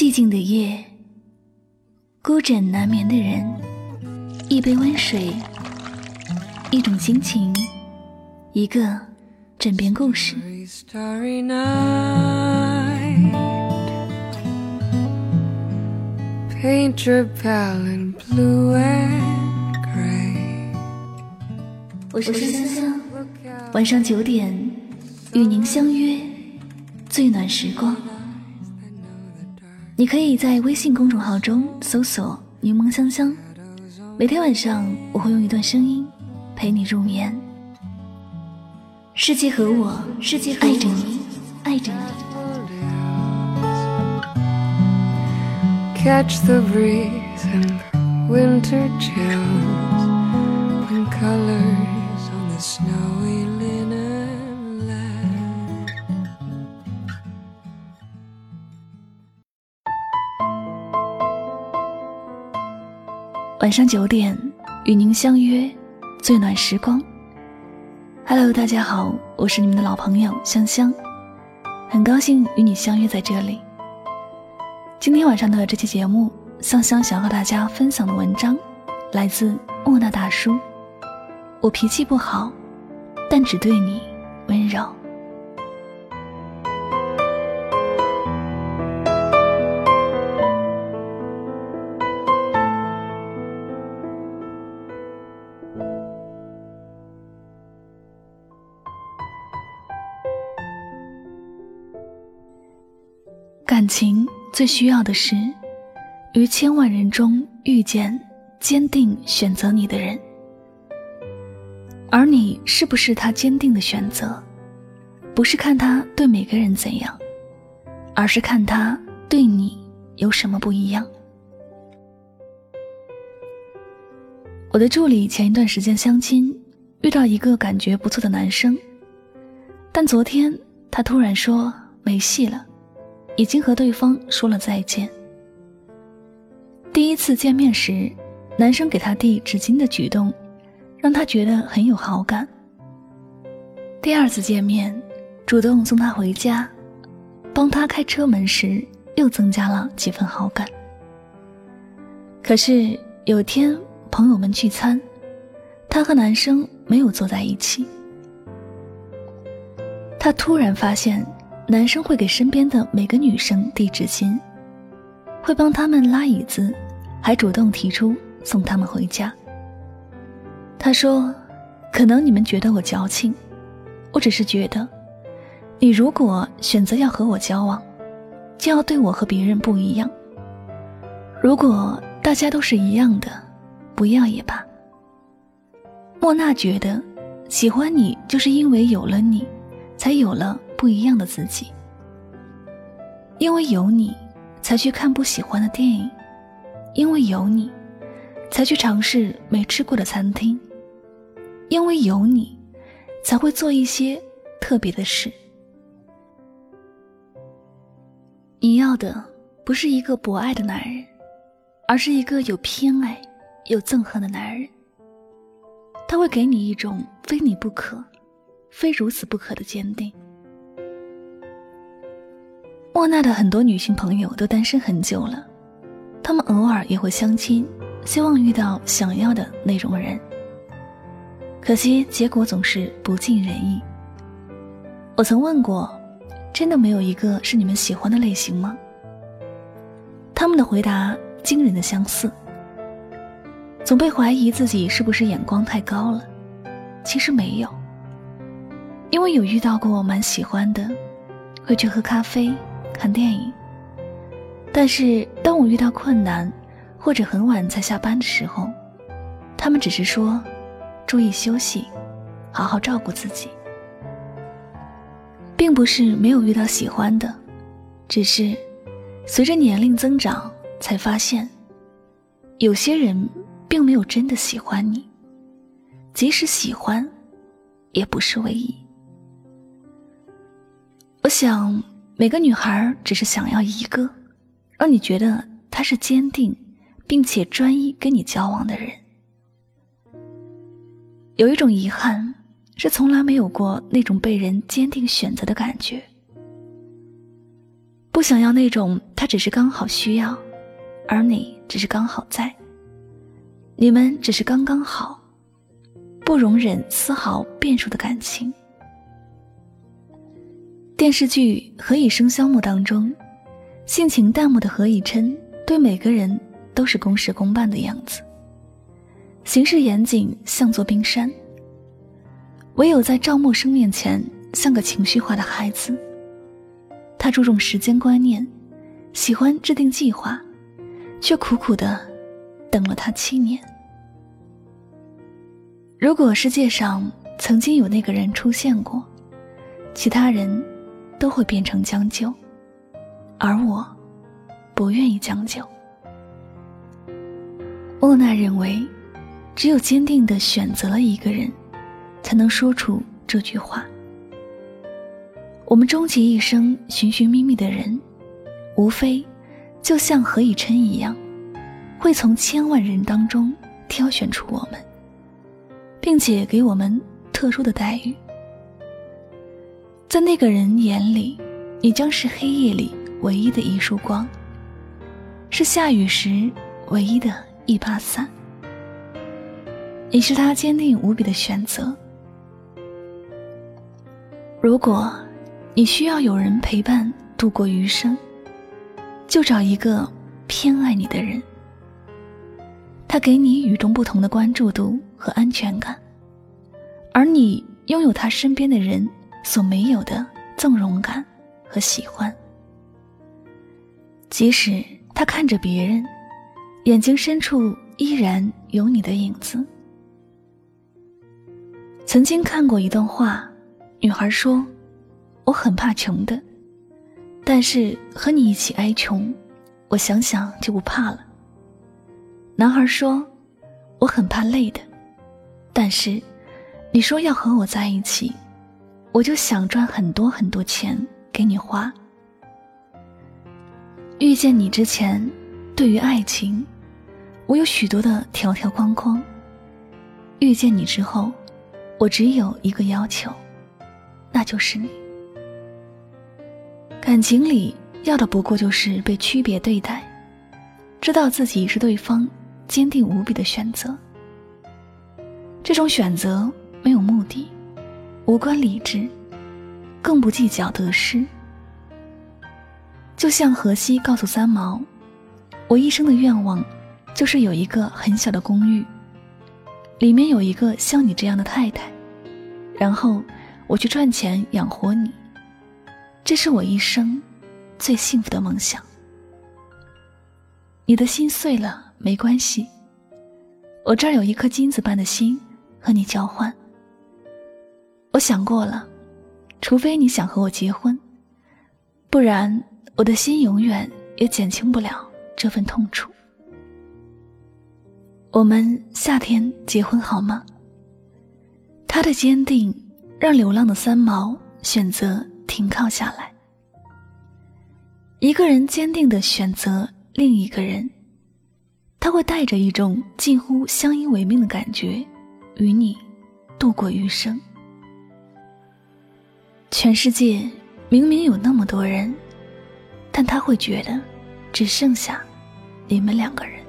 寂静的夜，孤枕难眠的人，一杯温水，一种心情，一个枕边故事。 Paint your palette blue and gray。 我是香香，晚上9点与您相约最暖时光。你可以在微信公众号中搜索柠檬香香，每天晚上我会用一段声音陪你入眠。世界和我爱着你，爱着你。 Catch the breeze and the winter chills and colors on the snowy linen land。 晚上9点与您相约最暖时光。 Hello， 大家好，我是你们的老朋友香香，很高兴与你相约在这里。今天晚上的这期节目，香香想和大家分享的文章来自莫那大叔。我脾气不好，但只对你温柔。感情最需要的是于千万人中遇见坚定选择你的人，而你是不是他坚定的选择，不是看他对每个人怎样，而是看他对你有什么不一样。我的助理前一段时间相亲，遇到一个感觉不错的男生，但昨天他突然说没戏了，已经和对方说了再见。第一次见面时，男生给他递纸巾的举动让他觉得很有好感。第二次见面，主动送他回家，帮他开车门时又增加了几分好感。可是有天朋友们聚餐，他和男生没有坐在一起。他突然发现男生会给身边的每个女生递纸巾，会帮他们拉椅子，还主动提出送他们回家。他说，可能你们觉得我矫情，我只是觉得你如果选择要和我交往，就要对我和别人不一样。如果大家都是一样的，不要也罢。莫娜觉得喜欢你就是因为有了你，才有了不一样的自己。因为有你，才去看不喜欢的电影；因为有你，才去尝试没吃过的餐厅；因为有你，才会做一些特别的事。你要的不是一个博爱的男人，而是一个有偏爱、有憎恨的男人。他会给你一种非你不可，非如此不可的坚定。莫娜的很多女性朋友都单身很久了，她们偶尔也会相亲，希望遇到想要的那种人。可惜结果总是不尽人意。我曾问过，真的没有一个是你们喜欢的类型吗？他们的回答惊人的相似。总被怀疑自己是不是眼光太高了，其实没有。因为有遇到过蛮喜欢的，会去喝咖啡看电影，但是当我遇到困难或者很晚才下班的时候，他们只是说注意休息，好好照顾自己。并不是没有遇到喜欢的，只是随着年龄增长才发现，有些人并没有真的喜欢你，即使喜欢也不是唯一。我想每个女孩只是想要一个让你觉得他是坚定并且专一跟你交往的人。有一种遗憾，是从来没有过那种被人坚定选择的感觉。不不想要那种他只是刚好需要，而你只是刚好在，你们只是刚刚好，不容忍丝毫变数的感情。电视剧《何以笙箫默》当中，性情淡漠的何以琛对每个人都是公事公办的样子，行事严谨，像座冰山。唯有在赵默笙面前像个情绪化的孩子。他注重时间观念，喜欢制定计划，却苦苦地等了他7年。如果世界上曾经有那个人出现过，其他人都会变成将就，而我不愿意将就。莫娜认为，只有坚定地选择了一个人，才能说出这句话。我们终其一生寻寻觅觅的人，无非就像何以琛一样，会从千万人当中挑选出我们，并且给我们特殊的待遇。在那个人眼里，你将是黑夜里唯一的一束光，是下雨时唯一的一把伞。你是他坚定无比的选择。如果你需要有人陪伴度过余生，就找一个偏爱你的人，他给你与众不同的关注度和安全感，而你拥有他身边的人所没有的纵容感和喜欢。即使他看着别人，眼睛深处依然有你的影子。曾经看过一段话，女孩说，我很怕穷的，但是和你一起挨穷，我想想就不怕了。男孩说，我很怕累的，但是你说要和我在一起，我就想赚很多很多钱给你花。遇见你之前，对于爱情，我有许多的条条框框。遇见你之后，我只有一个要求，那就是你。感情里要的不过就是被区别对待，知道自己是对方坚定无比的选择。这种选择没有目的，无关理智，更不计较得失。就像荷西告诉三毛，我一生的愿望就是有一个很小的公寓，里面有一个像你这样的太太，然后我去赚钱养活你，这是我一生最幸福的梦想。你的心碎了没关系，我这儿有一颗金子般的心和你交换。我想过了，除非你想和我结婚，不然我的心永远也减轻不了这份痛楚。我们夏天结婚好吗？他的坚定让流浪的三毛选择停靠下来。一个人坚定地选择另一个人，他会带着一种近乎相依为命的感觉，与你度过余生。全世界明明有那么多人，但他会觉得只剩下你们2个人。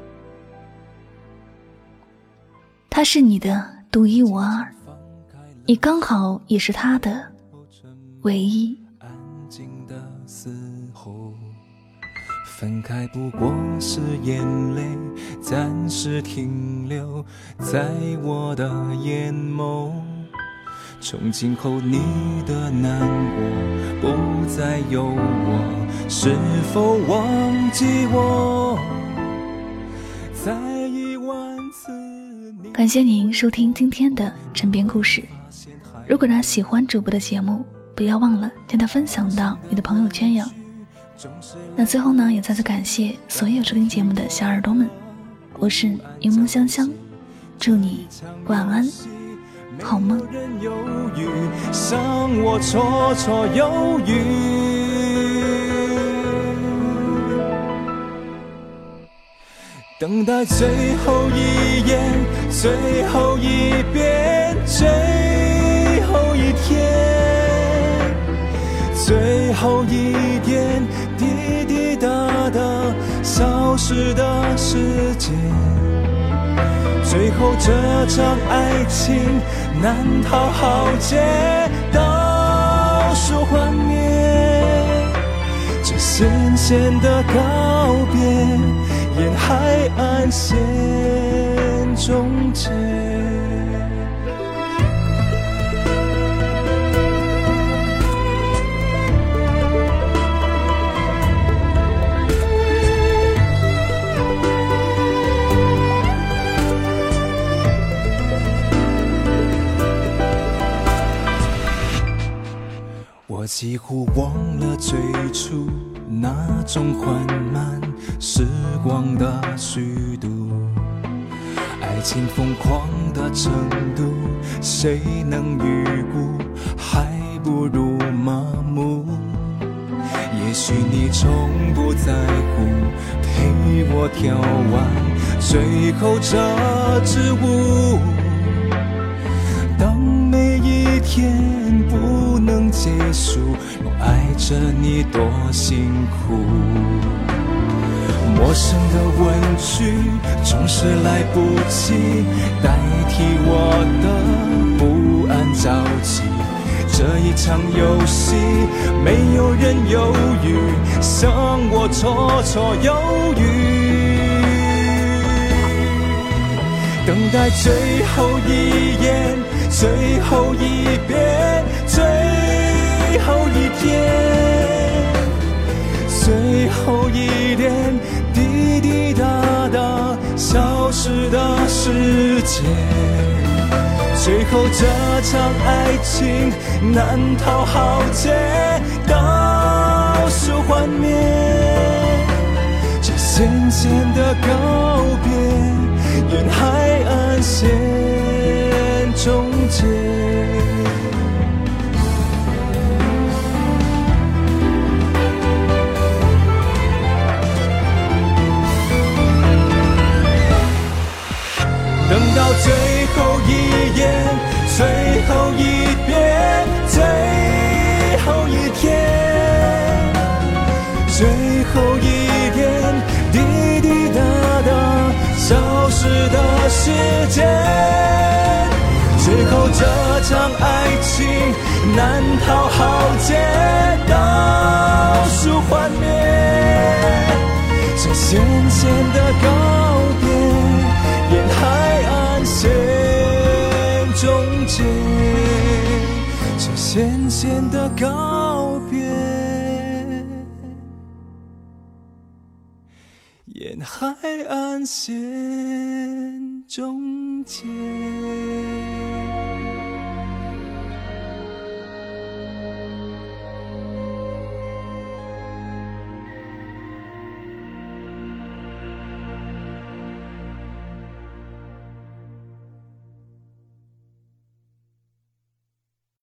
他是你的独一无二，你刚好也是他的唯一。 安静的嘶吼，分开不过是眼泪暂时停留在我的眼眸，从今后你的难过不再有我，是否忘记我？再1万次感谢您收听今天的枕边故事。如果呢喜欢主播的节目，不要忘了将它分享到你的朋友圈哟。那最后呢，也再次感谢所有收听节目的小耳朵们，我是柠檬香香，祝你晚安好梦。 没有人犹豫，伤我绰绰有余。等待最后一眼，最后一遍，最后一天， 最后一点，滴滴答答消失的时间。最后这场爱情难逃浩劫，倒数幻灭，这咸咸的告别，沿海岸线终结。我几乎忘了最初那种缓慢时光的虚度，爱情疯狂的程度，谁能预估？还不如麻木。也许你从不在乎，陪我眺望最后这支舞。当每一天不能结束，我爱着你多辛苦。陌生的问句总是来不及代替我的不安着急。这一场游戏没有人犹豫，像我绰绰有余。等待最后一眼，最后一遍，最后一天，最后一点，滴滴答答消失的时间。最后这场爱情难逃浩劫，倒数幻灭，这咸咸的告别，沿海岸线终结。等到最后一眼，最后一遍，最后一天，最后一点，滴滴答答消失的时间。最后这场爱情难逃浩劫，倒数幻灭，这咸咸的告别，沿海岸线终结，这咸咸的告别，沿海岸线终结。